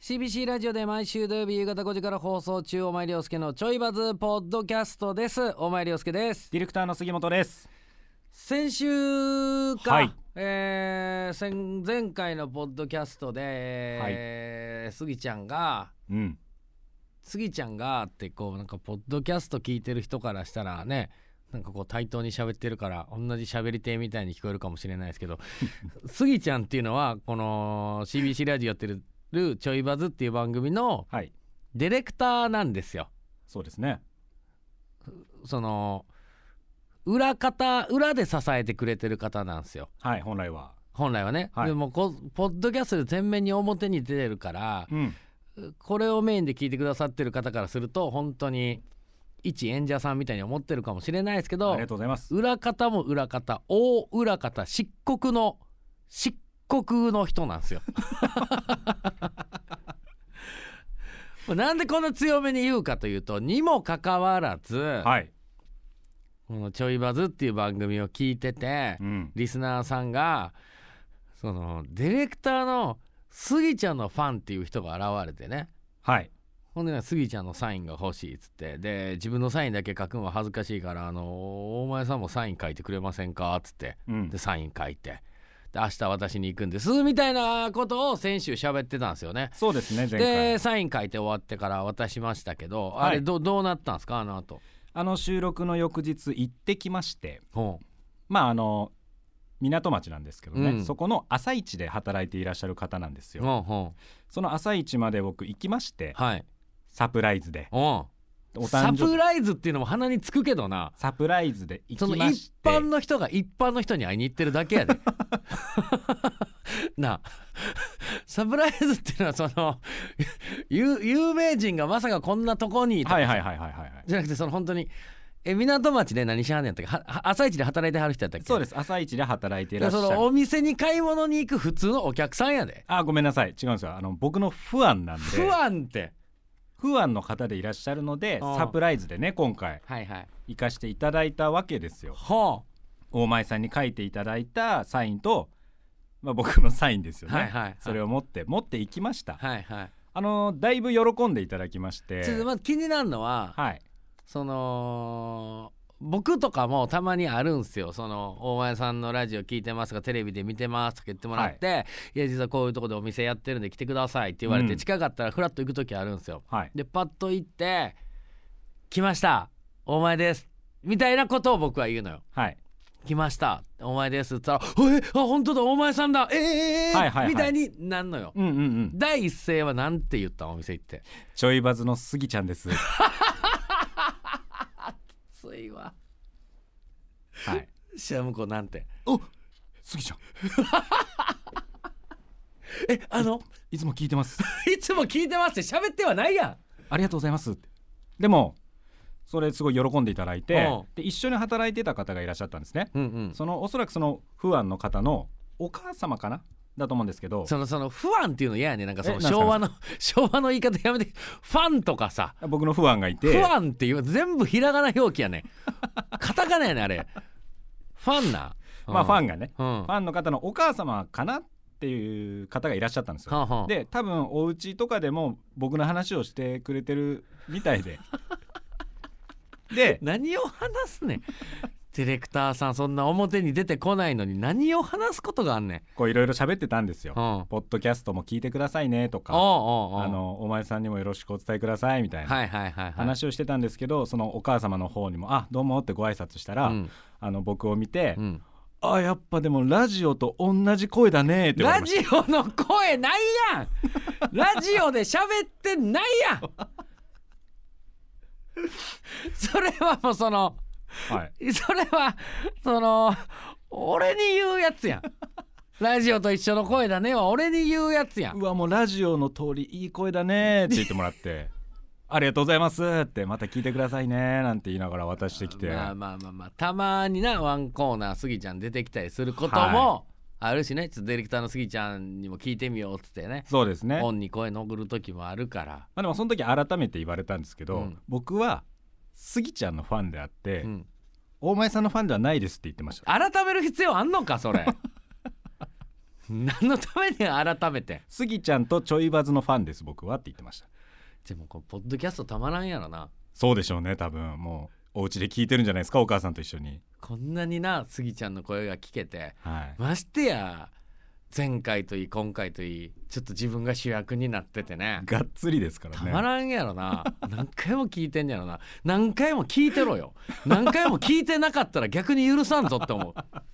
CBC ラジオで毎週土曜日夕方5時から放送中、大前涼介のちょいバズポッドキャストです。大前涼介です。 ディレクターの杉本です。 先週か、 はい、 前回のポッドキャストで、スギちゃんがってこうなんかポッドキャスト聞いてる人からしたらね、なんかこう対等に喋ってるから同じ喋り手みたいに聞こえるかもしれないですけどスギちゃんっていうのはこの CBC ラジオやってるちょいバズっていう番組のディレクターなんですよ。 そうですね。 その裏で支えてくれてる方なんですよ。 はい、本来はね、 はい、 でもポッドキャストで前面に表に出てるから、これをメインで聞いてくださってる方からすると本当に一演者さんみたいに思ってるかもしれないですけど、 ありがとうございます。 裏方も裏方、大裏方、漆黒の人なんですよなんでこんな強めに言うかというと、にもかかわらず、 はい、 このちょいバズっていう番組を聞いてて、リスナーさんがそのディレクターのスギちゃんのファンっていう人が現れてね、 はい、 ほんでスギちゃんのサインが欲しいっつって、で自分のサインだけ書くのは恥ずかしいから大前さんもサイン書いてくれませんかっつって、でサイン書いて、で明日私に行くんですみたいなことを先週喋ってたんですよね。 そうですね。前回でサイン書いて終わってから渡しましたけど、あれどうなったんですか？あの後収録の翌日行ってきまして、港町なんですけどね、そこの朝市で働いていらっしゃる方なんですよ。その朝市まで僕行きまして、サプライズでサプライズっていうのも鼻につくけどな、 サプライズで行きまして、 その一般の人が一般の人に会いに行ってるだけやでなあ、サプライズっていうのはその有名人がまさかこんなとこにとかじゃなくて、その本当に港町で何しはんねんやったっけ、朝市で働いてはる人やったっけ？そうです、朝市で働いていらっしゃる。 そのお店に買い物に行く普通のお客さんやで。 ごめんなさい、違うんですよ。僕のファンなんで。 ファンの方でいらっしゃるので、サプライズでね今回行かしていただいたわけですよ。大前さんに書いていただいたサインと、僕のサインですよね。それを持って行きました。だいぶ喜んでいただきまして、 ちょっとまず気になるのは、その僕とかもたまにあるんすよ。その大前さんのラジオ聞いてますとかテレビで見てますとか言ってもらって、いや実はこういうとこでお店やってるんで来てくださいって言われて、近かったらフラッと行く時あるんですよ。でパッと行って来ました大前ですみたいなことを僕は言うのよ。来ました大前ですって言ったら、本当だ大前さんだみたいになんのよ。第一声はなんて言った？お店行ってちょいバズのスギちゃんですついわ。しゃ向こうなんて、 スギちゃんいつも聞いてますいつも聞いてますって喋ってはないやん。 ありがとうございますって。でもそれすごい喜んでいただいて、で一緒に働いてた方がいらっしゃったんですね。おそらくそのファンの方のお母様かなだと思うんですけど、 そのファンっていうの嫌やね。なんかその昭和の言い方やめて。ファンとかさ、 僕のファンがいて、 ファンっていう全部ひらがな表記やねカタカナやねあれ。ファンな、 ファンがね、ファンの方のお母様かなっていう方がいらっしゃったんですよ。で多分お家とかでも僕の話をしてくれてるみたいでで何を話すねんディレクターさん、そんな表に出てこないのに何を話すことがあんねん。 こういろいろ喋ってたんですよ。ポッドキャストも聞いてくださいねとか、お前さんにもよろしくお伝えくださいみたいな話をしてたんですけど、そのお母様の方にもどうもってご挨拶したら、僕を見て、やっぱでもラジオと同じ声だねって言われました。 ラジオの声ないやんラジオで喋ってないやんそれはもうそのそれはその俺に言うやつやんラジオと一緒の声だねは俺に言うやつやん。 もうラジオの通りいい声だねって言ってもらってありがとうございますってまた聞いてくださいねなんて言いながら渡してきて、 たまになワンコーナースギちゃん出てきたりすることもあるしね、ちょっとディレクターのスギちゃんにも聞いてみようっつってね。 そうですね、 本に声乗る時もあるから、 でもその時改めて言われたんですけど、僕はスギちゃんのファンであって、大前さんのファンではないですって言ってました。 改める必要あんのかそれ何のために改めて。 スギちゃんとちょいバズのファンです僕はって言ってました。 でもこうポッドキャストたまらんやろな。 そうでしょうね多分。もうお家で聞いてるんじゃないですかお母さんと一緒に。 こんなになスギちゃんの声が聞けて、 はい、 ましてや前回といい今回といいちょっと自分が主役になっててね、 がっつりですからね。 たまらんやろな。何回も聞いてんやろな。何回も聞いてろよ。何回も聞いてなかったら逆に許さんぞって思う。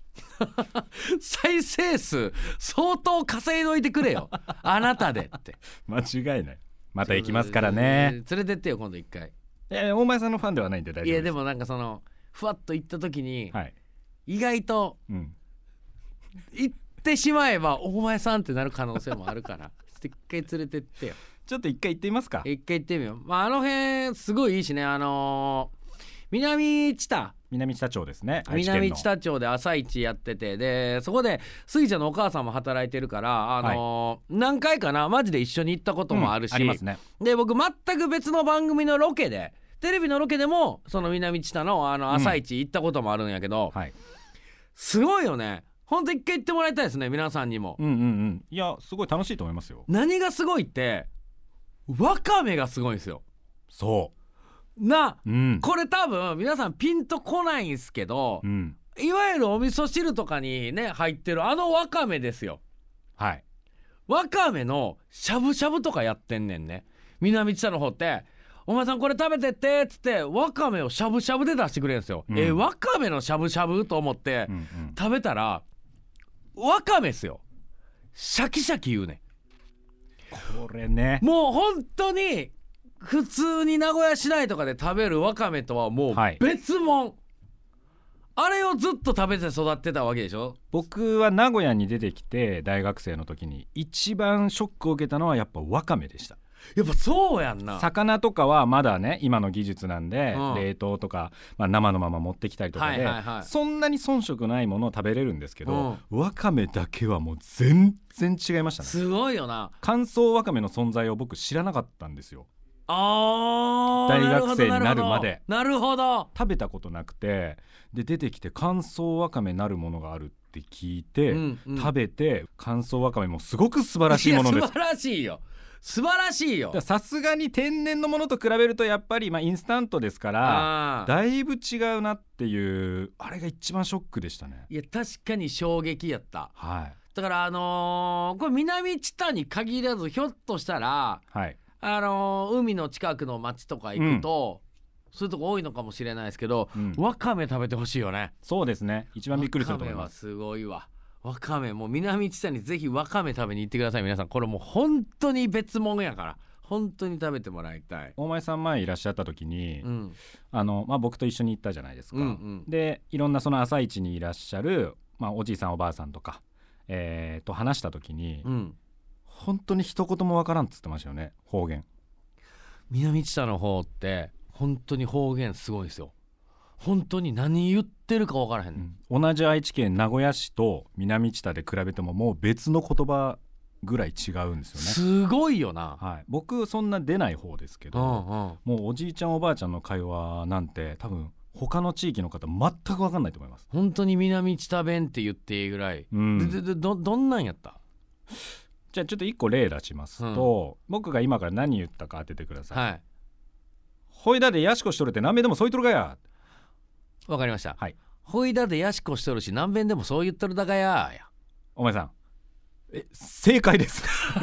再生数相当稼いどいてくれよあなたでって。 間違いない。また行きますからね。 連れてってよ今度一回。 大前さんのファンではないんで大丈夫です。 いやでもなんかそのふわっと行った時に、 はい、 意外と、行ってしまえば大前さんってなる可能性もあるから一回連れてってよ。 ちょっと一回行ってみますか。 一回行ってみよう。あの辺すごいいいしね。南知多町ですね。 南知多町で朝市やってて、でそこでスギちゃんのお母さんも働いてるから、何回かなマジで一緒に行ったこともあるし、 ありますね。 で僕全く別の番組のロケでテレビのロケでもその南知多の朝市行ったこともあるんやけど、すごいよね。ほんと一回行ってもらいたいですね皆さんにも。 いやすごい楽しいと思いますよ。 何がすごいってわかめがすごいんですよ。 そうな、これ多分皆さんピンとこないんすけど、いわゆるお味噌汁とかにね入ってるわかめですよ。 はい。 わかめのしゃぶしゃぶとかやってんねんね南知多の方って。お前さんこれ食べてってっつってわかめをしゃぶしゃぶで出してくれるんですよ。わかめのしゃぶしゃぶと思って、食べたらわかめっすよ。シャキシャキ言うね。 これねもう本当に普通に名古屋市内とかで食べるわかめとはもう別物、あれをずっと食べて育ってたわけでしょ。 僕は名古屋に出てきて大学生の時に一番ショックを受けたのはやっぱわかめでした。 やっぱそうやんな。 魚とかはまだね今の技術なんで、冷凍とか、生のまま持ってきたりとかで、そんなに遜色ないものを食べれるんですけど、わかめだけはもう全然違いましたね。 すごいよな。 乾燥わかめの存在を僕知らなかったんですよ。 大学生になるまで。 なるほど。 食べたことなくて、で出てきて乾燥わかめなるものがあるって聞いて、食べて乾燥わかめもすごく素晴らしいものです。 素晴らしいよ素晴らしいよ。 さすがに天然のものと比べるとやっぱりインスタントですからだいぶ違うなっていう、あれが一番ショックでしたね。 いや確かに衝撃やった。だからこれ南知多に限らずひょっとしたら、海の近くの町とか行くと、そういうとこ多いのかもしれないですけど、わかめ食べてほしいよね。 そうですね。一番びっくりすると思います。 わかめはすごいわ。わかめもう南知多にぜひわかめ食べに行ってください皆さん。これもう本当に別物やから本当に食べてもらいたい。 大前さん前いらっしゃった時に、僕と一緒に行ったじゃないですか、でいろんなその朝市にいらっしゃる、おじいさんおばあさんとか、と話した時に、本当に一言もわからんっつってましたよね。方言南知多の方って本当に方言すごいですよ。本当に何言ってるか分からへん、 同じ愛知県名古屋市と南知多で比べてももう別の言葉ぐらい違うんですよね。 すごいよな、 僕そんな出ない方ですけど、もうおじいちゃんおばあちゃんの会話なんて多分他の地域の方全く分かんないと思います。 本当に南知多弁って言っていいぐらい、どんなんやった？ じゃあちょっと1個例出しますと、僕が今から何言ったか当ててください。ほいだでやしこしとるって何べんでもそう言っとるがや。 わかりました。ほいだでやしこしとるし何べんでもそう言っとるだがや。 お前さん正解です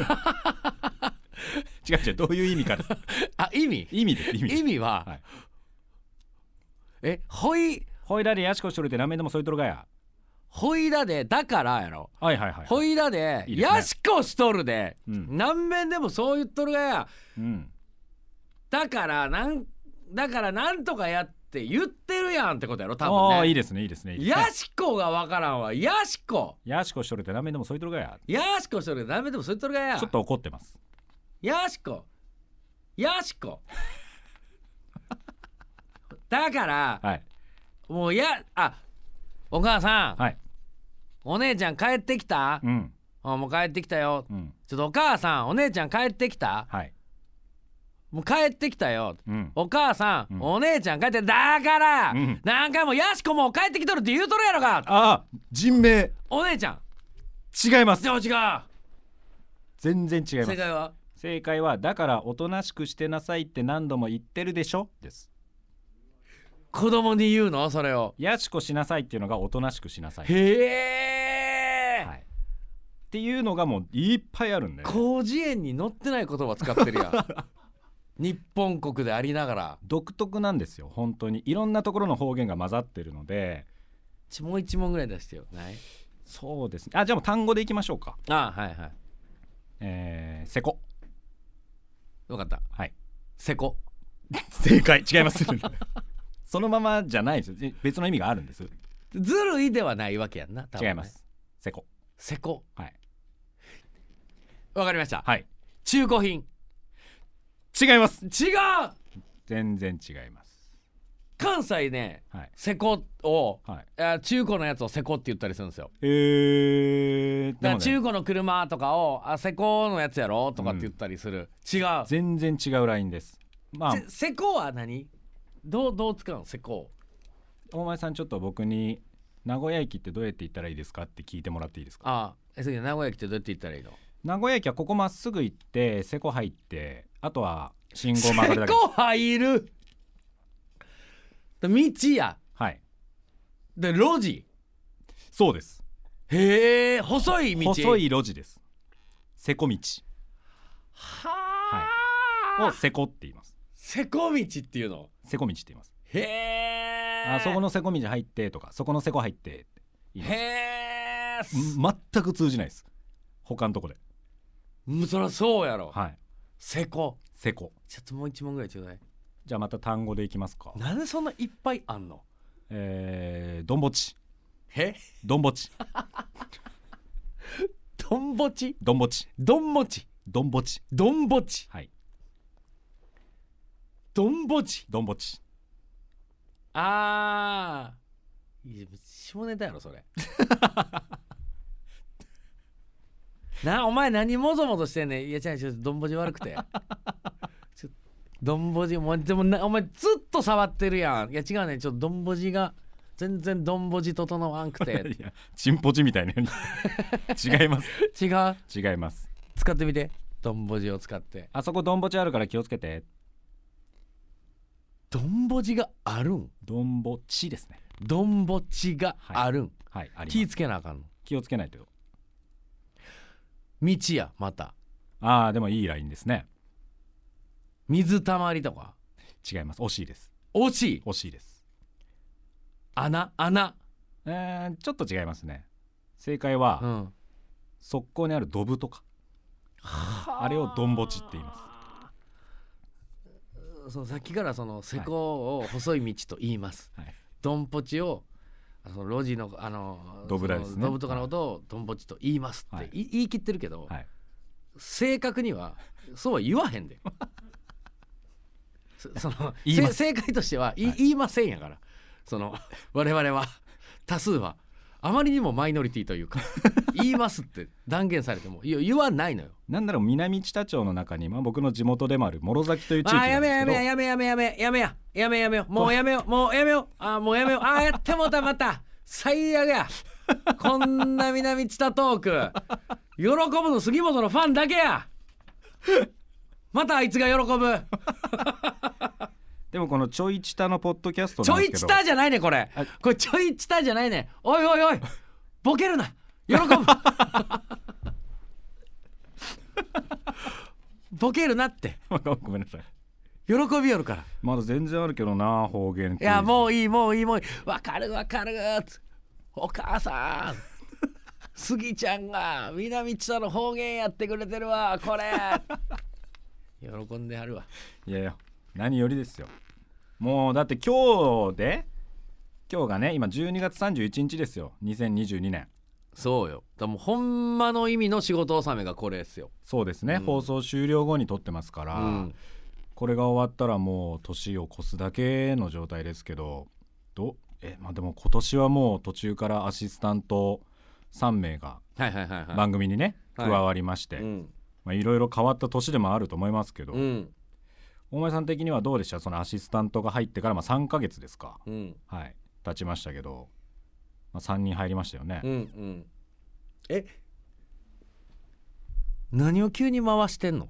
違うどういう意味かです意味です。 意味は、ほいだでやしこしとるって何べんでもそう言っとるがや。 ほいだでだからやろ。ほいだでやしこしとるで何べんでもそう言っとるがや、だからなんとかやって言ってるやんってことやろ多分ね。 いいですね。 やしこがわからんわ。やしこしとるって何べんでもそう言っとるがや。 やしこしとるって何べんでもそう言っとるがや。 ちょっと怒ってます。 やしこだから、もうお母さん、お姉ちゃん帰ってきた？もう帰ってきたよ、ちょっとお母さんお姉ちゃん帰ってきた？もう帰ってきたよ、お母さん、お姉ちゃん帰ってだから、何回もやしこも帰ってきとるって言うとるやろか。 人名。 お姉ちゃん違います。 でも違う。 全然違います。 正解はだからおとなしくしてなさいって何度も言ってるでしょです。 子供に言うのそれを。 やしこしなさいっていうのがおとなしくしなさい。 へえ、 はい、っていうのがもういっぱいあるんで、ね、 広辞苑に載ってない言葉使ってるやん日本国でありながら。 独特なんですよ本当に。いろんなところの方言が混ざってるので。 もう一問ぐらい出してよ。ない？ そうですね。じゃあもう単語でいきましょうか。 はいはい。 せこ。 よかった。 はい。 せこ。 正解。違いますそのままじゃないですよ。別の意味があるんです。 ずるいではないわけやんな。多分ね、 違います。せこ。 せこ。 はい。 わかりました。 はい。 中古品。 違います。 違う。 全然違います。 関西ね、 はい、 セコを、 はい、 中古のやつをセコって言ったりするんですよ。だから中古の車とかをセコのやつやろとかって言ったりする、違う。 全然違うラインです。 セコは何？どう使うのセコ？ 大前さんちょっと僕に名古屋駅ってどうやって行ったらいいですかって聞いてもらっていいですか？ 名古屋駅ってどうやって行ったらいいの？ 名古屋駅はここまっすぐ行ってセコ入って、あとは信号曲がるだけ。 セコ入る。道や。 はい。 で路地。 そうです。 へえ、細い道。 細い路地です。セコ道。 はあ、はい、をセコって言います。 セコ道っていうの？ セコ道って言います。 へえ。 そこのセコ道入ってとか、そこのセコ入ってって言います。 へえ。 全く通じないです。他のとこで。 そりゃそうやろ。 はい。 セコ。 セコ。 ちょっともう一問ぐらいちょうだい。 じゃあまた単語でいきますか。 なんでそんないっぱいあんの？ どんぼち。どんぼち。 どんぼち。 どんぼち。 どんぼち。 どんぼち。 どんぼち。 はい。 どんぼち。 どんぼち。 下ネタやろそれお前何もぞもぞしてんねん。いや違うちょっとどんぼち悪くてどんぼじもでもお前ずっと触ってるやん。いや違うね、ちょっとどんぼじが全然どんぼじ整わんくていやチンポジみたいな違います。 違います。 使ってみて。どんぼじを使って。 あそこどんぼちあるから気をつけて。 どんぼじがあるん？ どんぼちですね。 どんぼちがあるん、 はいはい、 気をつけなあかんの？ 気をつけないとよ。 道や。またでもいいラインですね。 水たまりとか？ 違います。惜しいです。 惜しいです。穴ちょっと違いますね。正解は、側溝にあるドブとか、あれをどんぼちって言います。 そのさっきからその施工を細い道と言います、はい、どんぽちをその路地のドブですね、 ドブとかのことをどんぽちと言いますって、言い切ってるけど、正確にはそうは言わへんでその正解としては言いませんやから。その我々は多数はあまりにもマイノリティというか言いますって断言されても言わないのよ。 なんだろう、南知多町の中に、僕の地元でもある諸崎という地域なんですけど、 やめよもうやめよやってもた。また最悪やこんな南知多トーク喜ぶの杉本のファンだけや。またあいつが喜ぶでもこのちょいチタのポッドキャストなんですけど、 ちょいチタじゃないねこれちょいチタじゃないね。おいボケるな、喜ぶボケるなってごめんなさい。 喜びよるから。 まだ全然あるけどな、方言。 いやもういいわかるお母さんスギちゃんが南知多の方言やってくれてるわこれ喜んではるわ。 いや何よりですよ。もうだって今日がね、今12月31日ですよ、2022年。 そうよ。だもうほんまの意味の仕事納めがこれですよ。 そうですね、放送終了後に撮ってますから、これが終わったらもう年を越すだけの状態ですけど、でも今年はもう途中からアシスタント3名が番組にね加わりまして、いろいろ変わった年でもあると思いますけど、大前さん的にはどうでした？そのアシスタントが入ってから3ヶ月ですか、はい、経ちましたけど、3人入りましたよね。 何を急に回してんの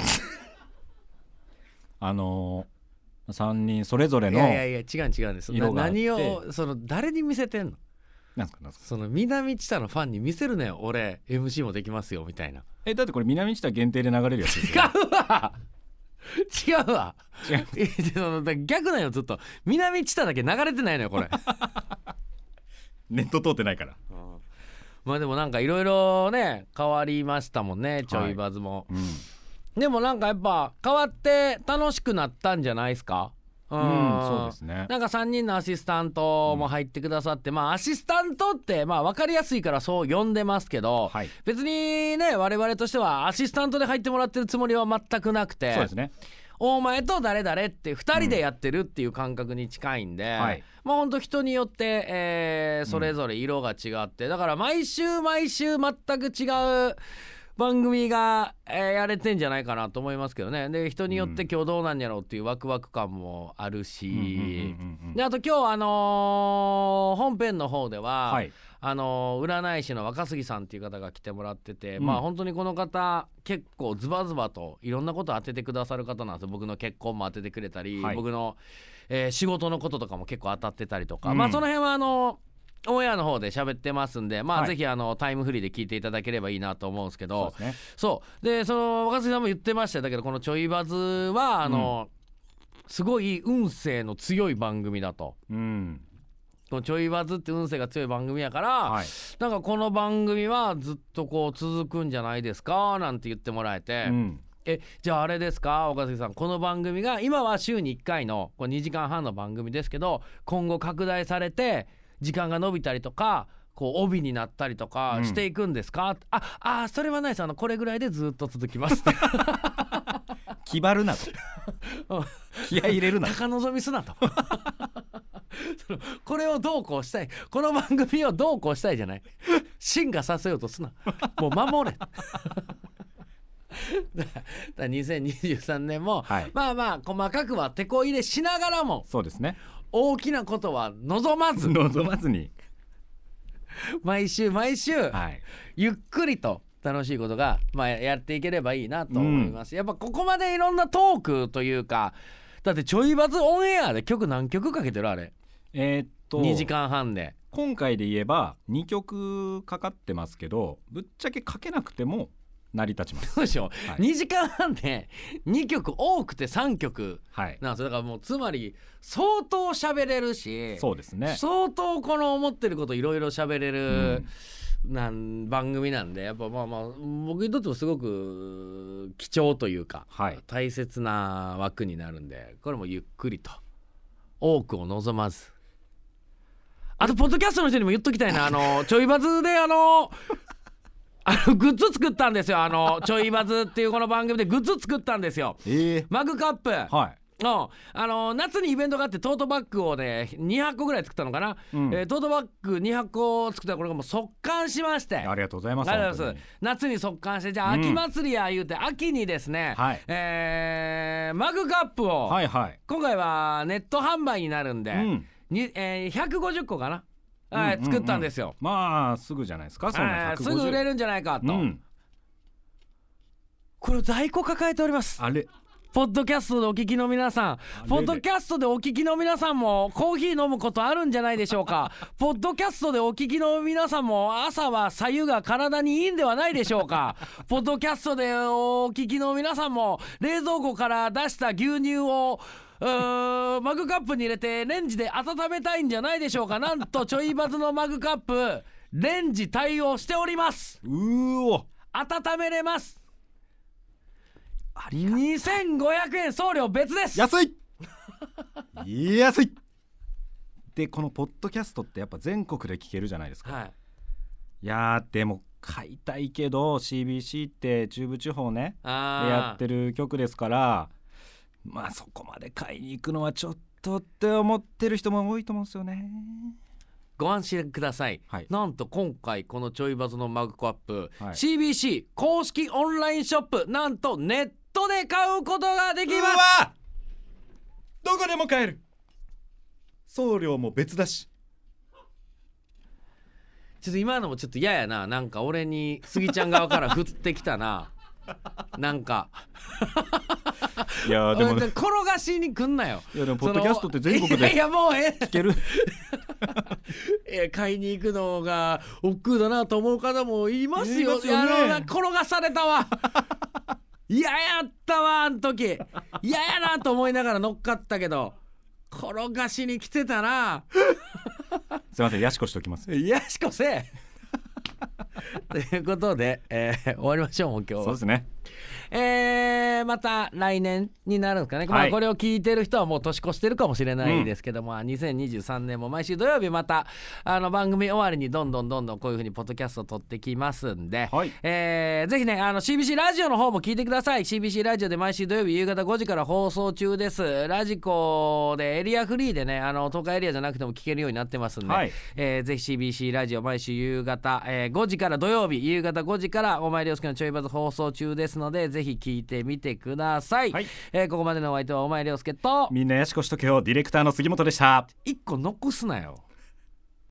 3人それぞれのいや違うんです。何を誰に見せてんの。 なんすかその南知多のファンに見せるなよ、俺 MC もできますよみたいな。 だってこれ南知多限定で流れるやつですよ。違うわ逆なんよ。ずっと南知多だけ流れてないのよこれネット通ってないから。 まあでもなんかいろいろね変わりましたもんね、ちょいバズも、でもなんかやっぱ変わって楽しくなったんじゃないですか。 そうですね。 なんか3人のアシスタントも入ってくださって、まあアシスタントってまあ分かりやすいからそう呼んでますけど、別にね我々としてはアシスタントで入ってもらってるつもりは全くなくて、 そうですね、 大前と誰々って2人でやってるっていう感覚に近いんで、まあほんと人によって、それぞれ色が違って、だから毎週全く違う番組が、やれてんじゃないかなと思いますけどね。で人によって今日どうなんやろうっていうワクワク感もあるし、であと今日本編の方では、占い師の若杉さんっていう方が来てもらってて、まあ本当にこの方結構ズバズバといろんなこと当ててくださる方なんですよ。僕の結婚も当ててくれたり、僕の、仕事のこととかも結構当たってたりとか、まあその辺はオンエアの方で喋ってますんで、まあぜひタイムフリーで聞いていただければいいなと思うんですけど、そうでその若杉さんも言ってましたけど、このちょいバズはすごい運勢の強い番組だと、このちょいバズって運勢が強い番組やから、なんかこの番組はずっとこう続くんじゃないですかなんて言ってもらえて、じゃああれですか岡崎さん、この番組が今は週に1回のこれ2時間半の番組ですけど、今後拡大されて時間が延びたりとかこう帯になったりとかしていくんですか、それはないです、これぐらいでずっと続きます気張るなと気合い入れるな高望みすなとこれをどうこうしたい、この番組をどうこうしたいじゃない、進化させようとすな、もう守れだ2023年も、まあまあ細かくは手こ入れしながらも、 そうですね、 大きなことは望まずに毎週、ゆっくりと楽しいことが、やっていければいいなと思います、やっぱここまでいろんなトークというか、だってちょいバズオンエアで曲何曲かけてるあれ2時間半で、 今回で言えば2曲かかってますけど、ぶっちゃけかけなくても成り立ちます。 そうでしょ、2時間半で2曲多くて3曲なんですよ。だからもうつまり相当喋れるし、 そうですね、 相当この思ってることいろいろ喋れる、番組なんで、やっぱまあ僕にとってもすごく貴重というか、大切な枠になるんで、これもゆっくりと多くを望まず、あとポッドキャストの人にも言っときたいな、ちょいバズでグッズ作ったんですよ。ちょいバズっていうこの番組でグッズ作ったんですよ、マグカップ、夏にイベントがあってトートバッグをね200個ぐらい作ったのかな、トートバッグ200個作ったらこれがもう速乾しまして、 ありがとうございます。 夏に速乾して、じゃあ秋祭りや言うて、秋にですね、マグカップを、今回はネット販売になるんで、150個かな、作ったんですよ。 まあすぐじゃないですか、そんなすぐ売れるんじゃないかと、これ在庫抱えております。 あれポッドキャストでお聞きの皆さん、ポッドキャストでお聞きの皆さんもコーヒー飲むことあるんじゃないでしょうかポッドキャストでお聞きの皆さんも朝は白湯が体にいいんではないでしょうかポッドキャストでお聞きの皆さんも冷蔵庫から出した牛乳をマグカップに入れてレンジで温めたいんじゃないでしょうか。なんとちょいバズのマグカップレンジ対応しております。温めれます。2500円送料別です。 安い安いで、このポッドキャストってやっぱ全国で聞けるじゃないですか、いやでも買いたいけど CBC って中部地方ねでやってる曲ですから、まあそこまで買いに行くのはちょっとって思ってる人も多いと思うんですよね。 ご安心ください、なんと今回このちょいバズのマグカップ、CBC 公式オンラインショップ、なんとネットで買うことができます。 うわ、どこでも買える。送料も別だし。 ちょっと今のもちょっと嫌やな、なんか俺にスギちゃん側から振ってきたななんかいやでも、ね、 転がしに来んなよ。 いやでもポッドキャストって全国で聞ける買いに行くのが億劫だなと思う方もいますよ。転がされたわ嫌やったわあん時。嫌やなと思いながら乗っかったけど転がしに来てたなすいません、やしこしときます。 やしこせということで、終わりましょう。もう今日そうですね。 また来年になるんですかね、まあ、これを聞いてる人はもう年越してるかもしれないですけども、2023年も毎週土曜日また番組終わりにどんどんこういう風にポッドキャストを撮ってきますんで、 はい、 ぜひねCBC ラジオの方も聞いてください。 CBC ラジオで毎週土曜日夕方5時から放送中です。ラジコでエリアフリーでね東海エリアじゃなくても聞けるようになってますんで、はい、ぜひ CBC ラジオ毎週夕方、5時から土曜日夕方5時から大前涼介のちょいバズ放送中ですのでぜひ聞いてみてください、はい。ここまでのお相手は大前涼介とみんなやしこしとけよディレクターの杉本でした。 1個残すなよ。